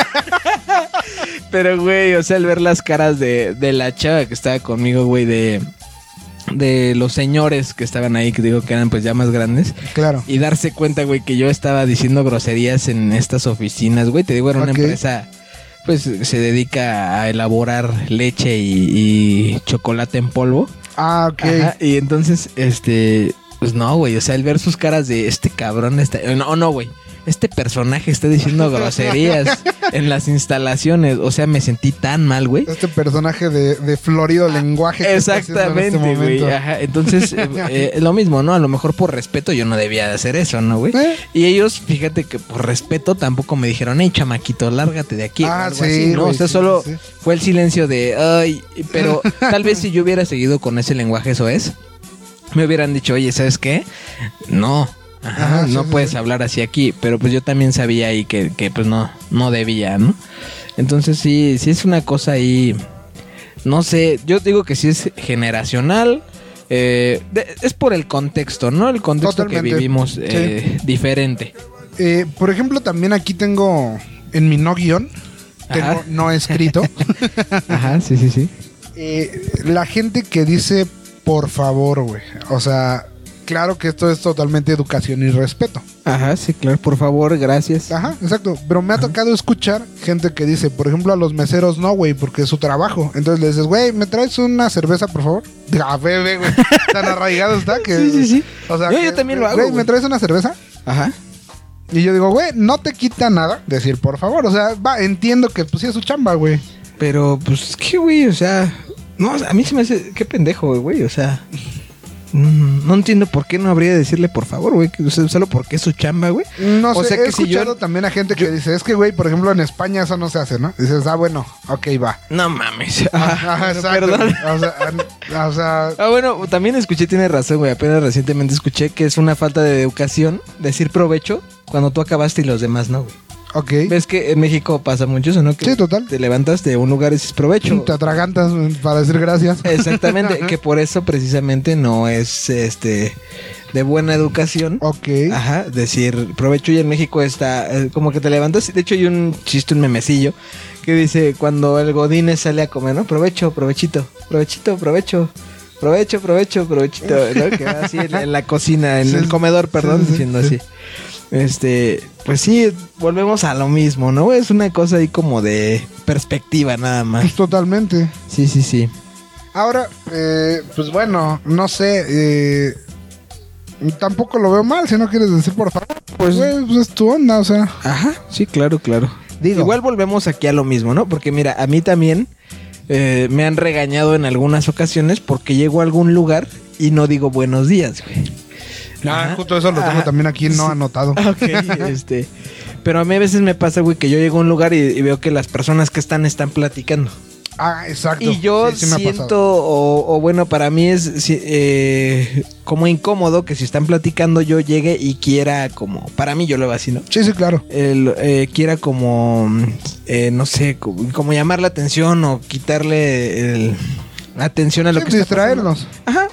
Pero, güey, o sea, al ver las caras de, de la chava que estaba conmigo, güey, de... de los señores que estaban ahí, que digo que eran pues ya más grandes. Claro. Y darse cuenta, güey, que yo estaba diciendo groserías en estas oficinas, güey. Te digo, era una okay. empresa... pues se dedica a elaborar leche y, y chocolate en polvo. Ah, ok. Ajá, y entonces, este, pues no, güey, o sea, el ver sus caras de este cabrón, este, no, no, güey, este personaje está diciendo groserías en las instalaciones, o sea, me sentí tan mal, güey. Este personaje de, de florido lenguaje. Que exactamente, güey, este ajá, entonces, eh, eh, lo mismo, ¿no? A lo mejor por respeto yo no debía de hacer eso, ¿no, güey? ¿Eh? Y ellos, fíjate que por respeto tampoco me dijeron, hey, chamaquito, lárgate de aquí. Ah, o algo sí, así, ¿no? Güey, o sea, sí, solo sí. fue el silencio de, ay, pero tal vez si yo hubiera seguido con ese lenguaje, eso es, me hubieran dicho, oye, ¿sabes qué? No. Ajá, Ajá, no sí, puedes sí. hablar así aquí, pero pues yo también sabía ahí que, que pues no, no debía, ¿no? Entonces sí, sí es una cosa ahí, no sé, yo digo que sí es generacional, eh, de, es por el contexto, ¿no? El contexto Totalmente. que vivimos eh, sí. diferente. Eh, por ejemplo, también aquí tengo en mi no guión, tengo Ajá. no escrito. Ajá, sí, sí, sí. Eh, la gente que dice por favor, güey. O sea, claro que esto es totalmente educación y respeto. Ajá, sí, claro. Por favor, gracias. Ajá, exacto. Pero me ha tocado escuchar gente que dice, por ejemplo, a los meseros no, güey, porque es su trabajo. Entonces le dices, güey, ¿me traes una cerveza, por favor? Ah, bebé, güey. Tan arraigado está que... Sí, sí, sí. O sea, Yo- que, yo también lo hago, Güey, güey. ¿me traes una cerveza? Ajá. Y yo digo, güey, no te quita nada decir por favor. O sea, va, entiendo que pues sí es su chamba, güey. Pero, pues, ¿qué, güey? O sea, no, a mí se me hace... Qué pendejo, güey. O sea, mm, no entiendo por qué no habría de decirle por favor, güey. O sea, solo porque es su chamba, güey. No O sé, sea he que si yo- escuchado también a gente que dice, es que, güey, por ejemplo, en España eso no se hace, ¿no? Dices, ah, bueno, ok, va. No mames. Ajá, Ajá, exacto. perdón. O sea, an- o sea, Ah, bueno, también escuché, tiene razón, güey. Apenas recientemente escuché que es una falta de educación decir provecho cuando tú acabaste y los demás no, güey. ok. ¿Ves que en México pasa mucho eso, no? Que Sí, total. te levantas de un lugar y dices provecho. Te atragantas para decir gracias. Exactamente, que por eso precisamente no es este de buena educación. Ok. Ajá, decir provecho. Y en México está eh, como que te levantas. De hecho, hay un chiste, un memecillo que dice cuando el Godínez sale a comer, ¿no? Provecho, provechito, provechito, provecho. Provecho, provecho, provechito, ¿no? Que va así en, en la cocina, en Sí, el comedor, perdón, sí, sí, diciendo sí. así. Este, pues sí, volvemos a lo mismo, ¿no? Es una cosa ahí como de perspectiva nada más. Pues totalmente. Sí, sí, sí. Ahora, eh, pues bueno, no sé. Eh, tampoco lo veo mal si no quieres decir por favor. Pues, güey, pues es tu onda, o sea. Ajá, sí, claro, claro. Digo. Igual volvemos aquí a lo mismo, ¿no? Porque mira, a mí también eh, me han regañado en algunas ocasiones porque llego a algún lugar y no digo buenos días, güey. Ah, Ajá. justo eso lo tengo Ajá. también aquí no Sí. anotado. Ok, este. Pero a mí a veces me pasa, güey, que yo llego a un lugar y, y veo que las personas que están están platicando. Ah, exacto. Y yo Sí, sí me ha siento, pasado. o, o bueno, para mí es si- eh, como incómodo que si están platicando yo llegue y quiera como, para mí yo lo veo así, ¿no? Sí, sí, claro. El, eh, quiera como, eh, no sé, como, como llamar la atención o quitarle el- la atención a lo Sí, que está distraernos. pasando. Ajá.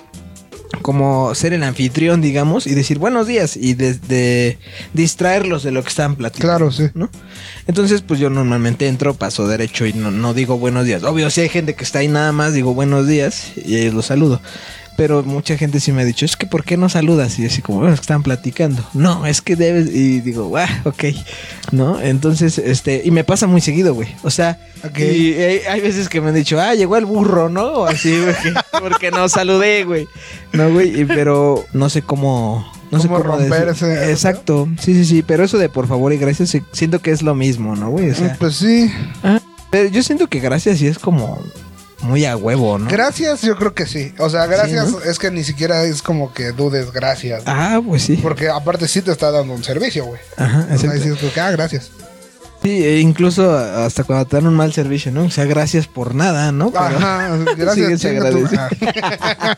Como ser el anfitrión, digamos, y decir buenos días y de, de distraerlos de lo que están platicando. Claro, sí. ¿No? Entonces, pues yo normalmente entro, paso derecho y no, no digo buenos días. Obvio, si hay gente que está ahí nada más, digo buenos días y ellos los saludo. Pero mucha gente sí me ha dicho, es que ¿por qué no saludas? Y así como, bueno, es que están platicando. No, es que debes. Y digo, ah, ok. ¿No? Entonces, este, y me pasa muy seguido, güey. O sea, Ok. y hay, hay veces que me han dicho, ah, llegó el burro, ¿no? O así, güey, porque no saludé, güey. No, güey, y- pero no sé cómo. No sé ¿Cómo cómo romper decir. ese- Exacto. Sí, sí, sí. Pero eso de por favor y gracias, sí, siento que es lo mismo, ¿no, güey? O sea, Pues sí. pero yo siento que gracias sí es como muy a huevo, ¿no? Gracias, yo creo que sí. O sea, gracias Sí, ¿no? es que ni siquiera es como que dudes gracias. Ah, pues sí. Porque aparte sí te está dando un servicio, güey. Ajá, O sea, exacto. dices que, ah, gracias. Sí, e incluso hasta cuando te dan un mal servicio, ¿no? O sea, gracias por nada, ¿no? Pero- Ajá, gracias. Sigues chinga tu- agradecido. Ah.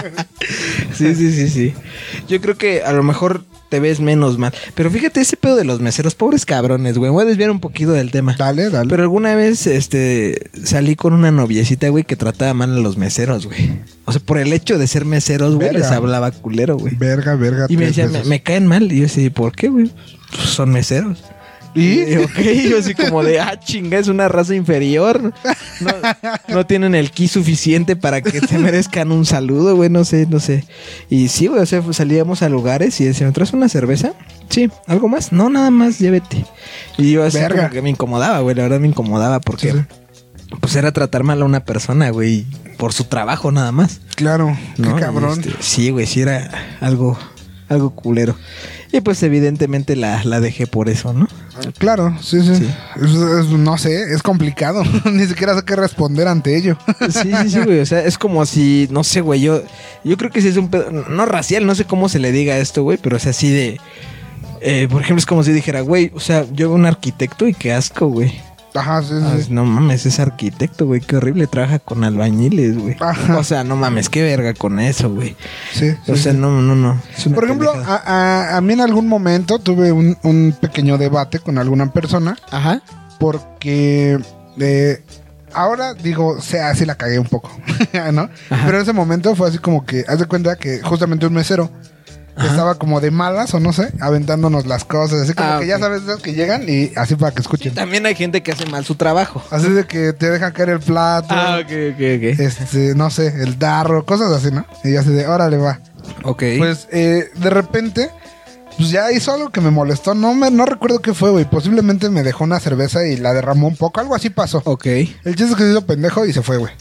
Sí, sí, sí, sí. Yo creo que a lo mejor te ves menos mal. Pero fíjate ese pedo de los meseros, pobres cabrones, güey. Voy a desviar un poquito del tema. Dale, dale. Pero alguna vez, este, salí con una noviecita, güey, que trataba mal a los meseros, güey. O sea, por el hecho de ser meseros, güey, Verga. les hablaba culero, güey. Verga, verga. Y me tres decía, me, veces. me caen mal. Y yo decía, ¿por qué, güey? Pues son meseros. ¿Y? Y, ok, yo así como de, ah, chinga, es una raza inferior. No, no tienen el ki suficiente para que te merezcan un saludo, güey, no sé, no sé. Y sí, güey, o sea, pues, salíamos a lugares y decían, ¿traes una cerveza? Sí, ¿algo más? No, nada más, llévete. Y yo así Verga. como que me incomodaba, güey, la verdad me incomodaba porque, Sí, pues, era tratar mal a una persona, güey, por su trabajo nada más. Claro, ¿no? qué cabrón. Este, sí, güey, sí era algo, algo culero. Y pues evidentemente la, la dejé por eso, ¿no? Claro, sí, sí. Sí. Es- es- no sé, es complicado. Ni siquiera sé qué responder ante ello. Sí, sí, sí, güey. O sea, es como si, no sé, güey. Yo, yo creo que sí es un pedo, no racial, no sé cómo se le diga esto, güey, pero o sea, así de. eh, por ejemplo, es como si dijera, güey, o sea, yo veo un arquitecto y qué asco, güey. Ajá, sí, Ah, sí. no mames, es arquitecto, güey, qué horrible, trabaja con albañiles, güey. Ajá. O sea, no mames, qué verga con eso, güey. Sí, sí, O sea, sí. no, no, no. es una Por ejemplo, pendejada. a, a- a mí en algún momento tuve un, un pequeño debate con alguna persona Ajá. porque eh, ahora digo, o sea, sí la cagué un poco, ¿no? Ajá. Pero en ese momento fue así como que, haz de cuenta que justamente un mesero Ajá. estaba como de malas o no sé, aventándonos las cosas, así como Ah, que ok. ya sabes esas que llegan y así para que escuchen. También hay gente que hace mal su trabajo. Así de que te dejan caer el plato, Ah, ok, ok, ok. este, no sé, el tarro, cosas así, ¿no? Y ya así de, órale, va. Ok. Pues eh, de repente, pues ya hizo algo que me molestó. No me, no recuerdo qué fue, güey. Posiblemente me dejó una cerveza y la derramó un poco. Algo así pasó. ok. El chiste es que se hizo pendejo y se fue, güey.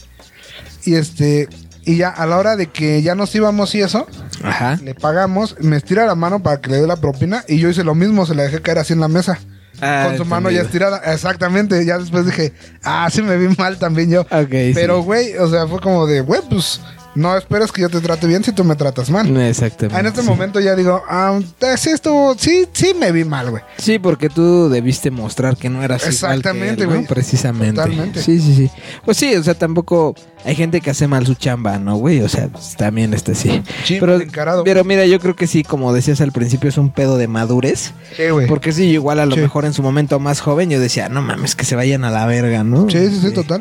Y este, y ya a la hora de que ya nos íbamos y eso, Ajá. le pagamos, me estira la mano para que le dé la propina y yo hice lo mismo, se la dejé caer así en la mesa. Ah, con su mano ya entendido. estirada. Exactamente. Ya después dije, ah, sí me vi mal también yo. Ok, Pero, sí. güey, o sea, fue como de, güey, pues no esperes que yo te trate bien si tú me tratas mal. No, exactamente. Ah, en este sí. momento ya digo, ah, eh, sí estuvo, sí, sí me vi mal, güey. Sí, porque tú debiste mostrar que no eras Exactamente, igual que él, ¿no? güey. Precisamente. Totalmente. Sí, sí, sí. Pues sí, o sea, tampoco hay gente que hace mal su chamba, ¿no, güey? O sea, pues, también este sí. Sí, pero, mal encarado. pero mira, yo creo que sí, como decías al principio, es un pedo de madurez. Sí, güey. Porque sí, igual a lo Sí. mejor en su momento más joven yo decía, no mames, que se vayan a la verga, ¿no? Sí, sí, sí, total.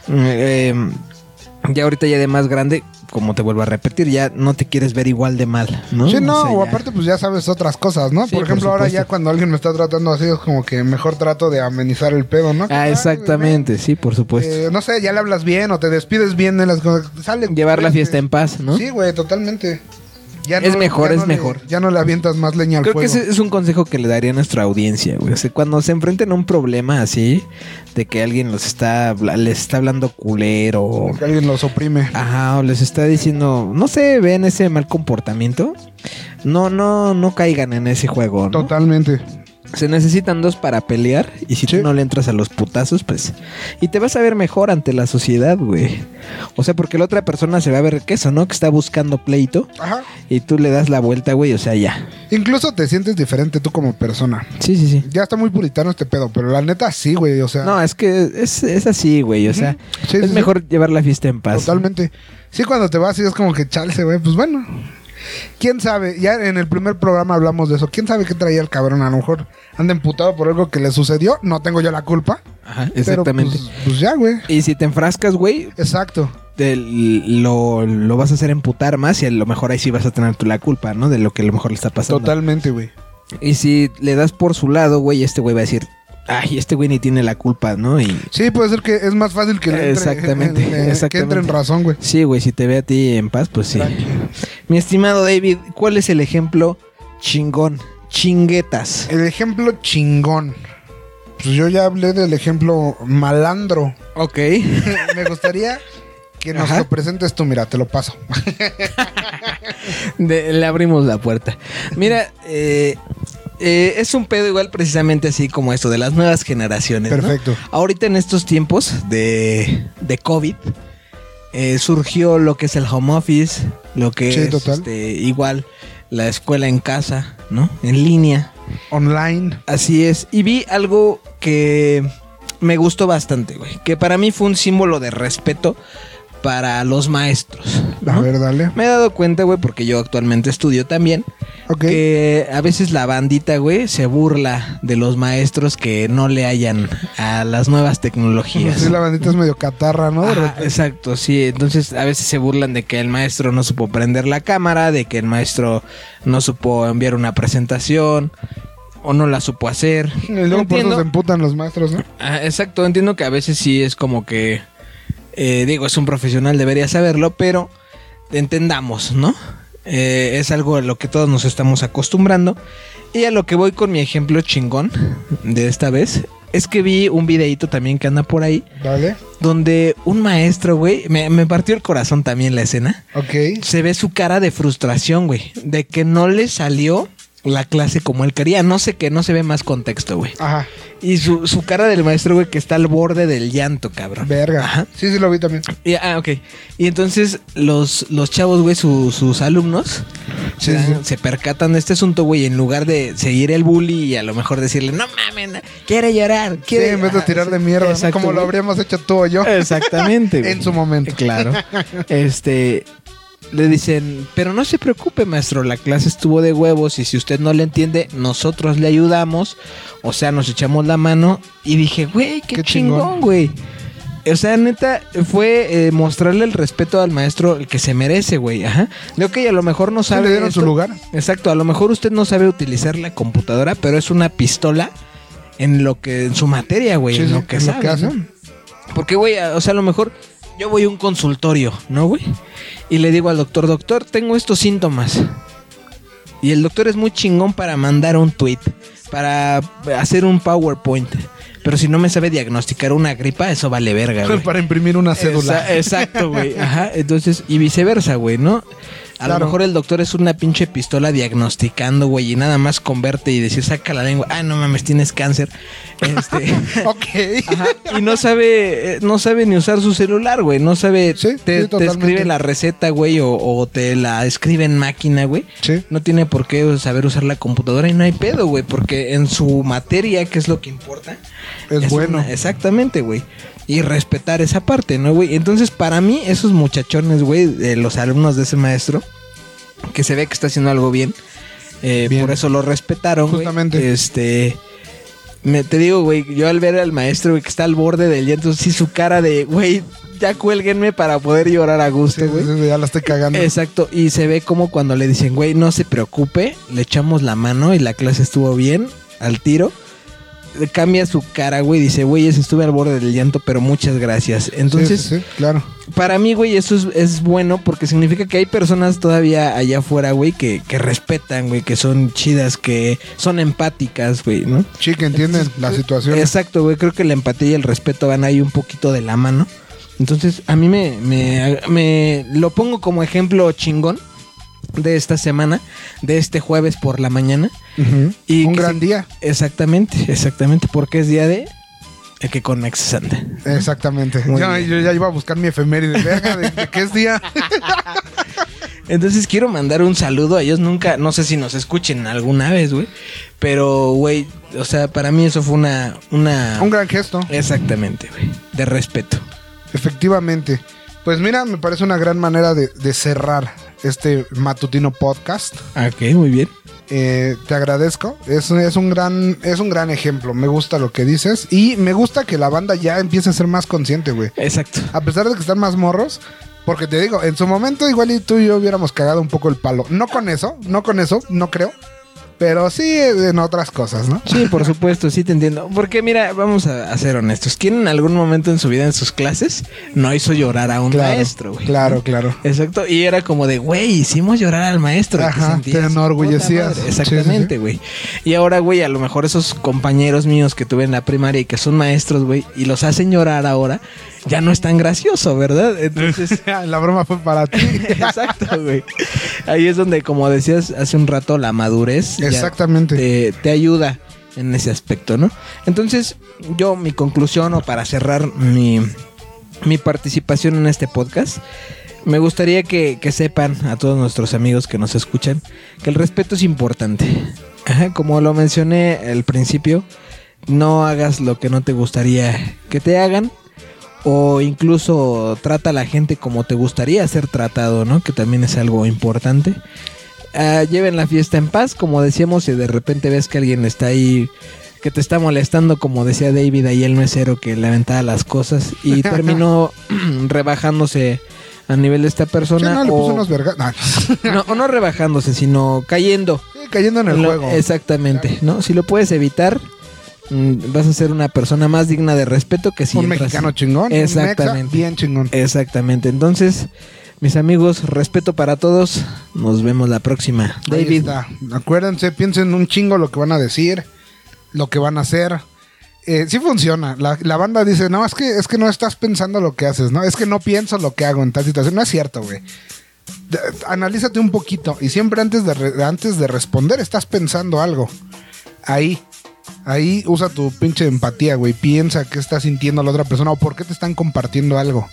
Eh, eh, ya ahorita ya de más grande, como te vuelvo a repetir, ya no te quieres ver igual de mal, ¿no? Sí, no, O sea, o ya- aparte pues ya sabes otras cosas, ¿no? Sí, por por ejemplo, ahora supuesto. ya cuando alguien me está tratando así es como que mejor trato de amenizar el pedo, ¿no? Ah, Ay, exactamente, sí, por güey, supuesto. eh, no sé, ya le hablas bien o te despides bien en las cosas. Sale, Llevar la güey, fiesta en paz, ¿no? Sí, güey, totalmente. Ya Es mejor, ya es no le- mejor. ya no le avientas más leña al Creo que fuego. ese es un consejo que le daría a nuestra audiencia, güey. O sea, cuando se enfrenten a un problema así, de que alguien los está, habla- les está hablando culero, o, Que alguien los oprime. ajá, o les está diciendo, no sé, ven ese mal comportamiento, no, no, no caigan en ese juego, ¿no? Totalmente. Se necesitan dos para pelear y si Sí. tú no le entras a los putazos, pues... Y te vas a ver mejor ante la sociedad, güey. O sea, porque la otra persona se va a ver que eso, ¿no? Que está buscando pleito Ajá. y tú le das la vuelta, güey, o sea, ya. Incluso te sientes diferente tú como persona. Sí, sí, sí. Ya está muy puritano este pedo, pero la neta sí, güey, o sea. No, es que es, es así, güey. O sea, Sí, sí, es sí. mejor llevar la fiesta en paz. Totalmente. Sí, cuando te vas y es como que chalse, güey, pues bueno. ¿Quién sabe? Ya en el primer programa hablamos de eso. ¿Quién sabe qué traía el cabrón? A lo mejor anda emputado por algo que le sucedió. No tengo yo la culpa. Ajá, Pero, exactamente. pues, pues ya, güey. Y si te enfrascas, güey, Exacto. te- lo, lo vas a hacer emputar más y a lo mejor ahí sí vas a tener tú la culpa, ¿no? De lo que a lo mejor le está pasando. Totalmente, güey. Y si le das por su lado, güey, este güey va a decir, ay, este güey ni tiene la culpa, ¿no? Y Sí, puede ser que es más fácil que le entre, Exactamente, eh, que exactamente. entre en razón, güey. sí, güey, si te ve a ti en paz, pues sí. Tranqui. Mi estimado David, ¿cuál es el ejemplo chingón? Chinguetas. El ejemplo chingón. Pues yo ya hablé del ejemplo malandro. Ok. Me gustaría que nos Ajá. lo presentes tú, mira, te lo paso. De- le abrimos la puerta. Mira, eh, eh, es un pedo igual precisamente así como esto, de las nuevas generaciones. ¿no? Perfecto. Ahorita en estos tiempos de, de COVID, eh, surgió lo que es el home office, lo que Sí, es total. este, igual la escuela en casa, ¿no? En línea. Online. Así es. Y vi algo que me gustó bastante, güey. Que para mí fue un símbolo de respeto para los maestros. A ¿no? ver, dale. Me he dado cuenta, güey, porque yo actualmente estudio también, Ok. que a veces la bandita, güey, se burla de los maestros que no le hallan a las nuevas tecnologías. Sí, la bandita es medio catarra, ¿no? De Ajá, repente. exacto, sí. Entonces a veces se burlan de que el maestro no supo prender la cámara, de que el maestro no supo enviar una presentación o no la supo hacer. Y luego por Entiendo. eso se emputan los maestros, ¿no? Ah, exacto, entiendo que a veces sí es como que, eh, digo, es un profesional, debería saberlo, pero entendamos, ¿no? Eh, es algo a lo que todos nos estamos acostumbrando. Y a lo que voy con mi ejemplo chingón de esta vez, es que vi un videíto también que anda por ahí, Dale. donde un maestro, güey, me, me partió el corazón también la escena. Ok. Se ve su cara de frustración, güey, de que no le salió la clase como él quería. No sé qué, no se ve más contexto, güey. Ajá. Y su, su cara del maestro, güey, que está al borde del llanto, cabrón. Verga. Ajá. Sí, sí lo vi también. Y, ah, ok. Y entonces los, los chavos, güey, su- sus alumnos, Sí, se, dan- sí. se percatan de este asunto, güey, en lugar de seguir el bully y a lo mejor decirle, no mames, quiere llorar, Sí, quiere... en vez de Ajá, tirar sí. de mierda, ¿no? Exacto, Como lo güey. habríamos hecho tú o yo. Exactamente, güey. En su momento. Claro. Este... Le dicen, pero no se preocupe, maestro, la clase estuvo de huevos y si usted no le entiende, nosotros le ayudamos, o sea, nos echamos la mano. Y dije, güey, qué, Qué chingón, chingón. güey. O sea, neta, fue eh, mostrarle el respeto al maestro el que se merece, güey. Ajá. De ok, a lo mejor no sabe. Le dieron esto. su lugar. Exacto, a lo mejor usted no sabe utilizar la computadora, pero es una pistola en lo que, en su materia, güey, Sí, en sí, lo que en lo sabe, que hace. ¿no? Porque, güey, o sea, a lo mejor yo voy a un consultorio, ¿no, güey? Y le digo al doctor, doctor, tengo estos síntomas. Y el doctor es muy chingón para mandar un tweet, para hacer un PowerPoint. Pero si no me sabe diagnosticar una gripa, eso vale verga, güey. Para imprimir una cédula. Esa- exacto, güey. Ajá. Entonces, y viceversa, güey, ¿no? A Claro. lo mejor el doctor es una pinche pistola diagnosticando, güey, y nada más converte y decir, saca la lengua. Ah, no mames, tienes cáncer. Este. Ok. Ajá, y no sabe, eh, no sabe ni usar su celular, güey. No sabe, Sí, te, sí, te totalmente. escribe la receta, güey, o, o te la escribe en máquina, güey. Sí. No tiene por qué saber usar la computadora y no hay pedo, güey, porque en su materia, que es lo que importa, Es bueno. una- exactamente, güey. Y respetar esa parte, ¿no, güey? Entonces, para mí, esos muchachones, güey, de los alumnos de ese maestro, que se ve que está haciendo algo bien, eh, Bien. por eso lo respetaron, güey. Justamente. Este... Me, te digo, güey, yo al ver al maestro, güey, que está al borde del llanto, sí, su cara de, güey, ya cuélguenme para poder llorar a Sí, gusto, güey. sí, sí, ya la estoy cagando. Exacto, y se ve como cuando le dicen, güey, no se preocupe, le echamos la mano y la clase estuvo bien, al tiro. Cambia su cara, güey, dice, güey, estuve al borde del llanto, pero muchas gracias. Entonces, Sí, sí, sí, claro. para mí, güey, eso es, es bueno porque significa que hay personas todavía allá afuera, güey, que, que respetan, güey, que son chidas, que son empáticas, güey, ¿no? Sí, que entienden la situación. Exacto, güey, creo que la empatía y el respeto van ahí un poquito de la mano. Entonces, a mí me, me, me lo pongo como ejemplo chingón de esta semana, de este jueves por la mañana. Ujú. Y Un que gran se- día. Exactamente, exactamente, porque es día de el que con Mex anda. Exactamente. Muy Yo, bien. yo ya iba a buscar mi efeméride. Verga, ¿de, de qué es día? Entonces quiero mandar un saludo a ellos. Nunca, no sé si nos escuchen alguna vez, güey. Pero, güey, o sea, para mí eso fue una... una... Un gran gesto. Exactamente, güey. De respeto. Efectivamente. Pues mira, me parece una gran manera de, de cerrar este matutino podcast. Ok, muy bien. Eh, te agradezco. Es, es, un gran, es un gran ejemplo. Me gusta lo que dices. Y me gusta que la banda ya empiece a ser más consciente, güey. Exacto. A pesar de que están más morros. Porque te digo, en su momento igual y tú y yo hubiéramos cagado un poco el palo. No con eso, no con eso, no creo. Pero sí en otras cosas, ¿no? Sí, por supuesto, sí te entiendo. Porque mira, vamos a, a ser honestos. ¿Quién en algún momento en su vida, en sus clases, no hizo llorar a un Claro, maestro, güey? claro, claro. Exacto, y era como de, güey, hicimos llorar al maestro. Ajá, sentías, te enorgullecías. puta madre. Exactamente, güey. Y ahora, güey, a lo mejor esos compañeros míos que tuve en la primaria y que son maestros, güey, y los hacen llorar ahora, ya no es tan gracioso, ¿verdad? Entonces, La broma fue para ti. exacto, güey. Ahí es donde, como decías hace un rato, la madurez ya Exactamente. te, te ayuda en ese aspecto, ¿no? Entonces, yo, mi conclusión, o para cerrar mi, mi participación en este podcast, me gustaría que, que sepan a todos nuestros amigos que nos escuchan que el respeto es importante. Ajá, como lo mencioné al principio, no hagas lo que no te gustaría que te hagan. O incluso trata a la gente como te gustaría ser tratado, ¿no? Que también es algo importante. Uh, lleven la fiesta en paz, como decíamos, si de repente ves que alguien está ahí que te está molestando, como decía David ahí el mesero que le aventaba las cosas y terminó rebajándose a nivel de esta Sí, persona. no, le puso o, unos vergas. No. no, o no rebajándose, sino cayendo. Sí, cayendo en el Lo- juego. Exactamente, ¿no? Si lo puedes evitar, mm, vas a ser una persona más digna de respeto que si un entras- mexicano chingón. Exactamente. Un mexa bien chingón. Exactamente. Entonces, mis amigos, respeto para todos. Nos vemos la próxima. Ahí David. está. Acuérdense, piensen un chingo lo que van a decir, lo que van a hacer. Eh, sí funciona. La, la banda dice, no, es que, es que no estás pensando lo que haces, ¿no? Es que no pienso lo que hago en tal situación. No es cierto, güey. De- Analízate un poquito y siempre antes de, re- antes de responder estás pensando algo. Ahí. Ahí usa tu pinche empatía, güey. Piensa qué está sintiendo la otra persona o por qué te están compartiendo algo.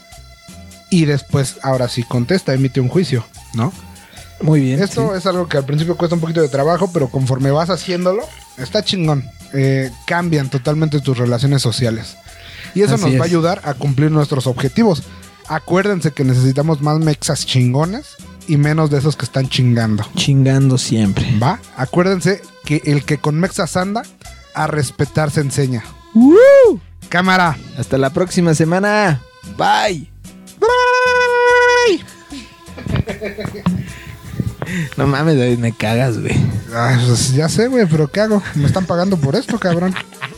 Y después, ahora sí, contesta, emite un juicio, ¿no? Muy bien. Esto sí. es algo que al principio cuesta un poquito de trabajo, pero conforme vas haciéndolo, está chingón. Eh, cambian totalmente tus relaciones sociales. Y eso Así nos va a es. ayudar a cumplir nuestros objetivos. Acuérdense que necesitamos más mexas chingones y menos de esos que están chingando. Chingando siempre. ¿Va? Acuérdense que el que con mexas anda, a respetar se enseña. ¡Uh! Cámara. Hasta la próxima semana. Bye. Bye. No mames, David, me cagas, güey. Ay, pues ya sé, güey, pero ¿qué hago? Me están pagando por esto, cabrón.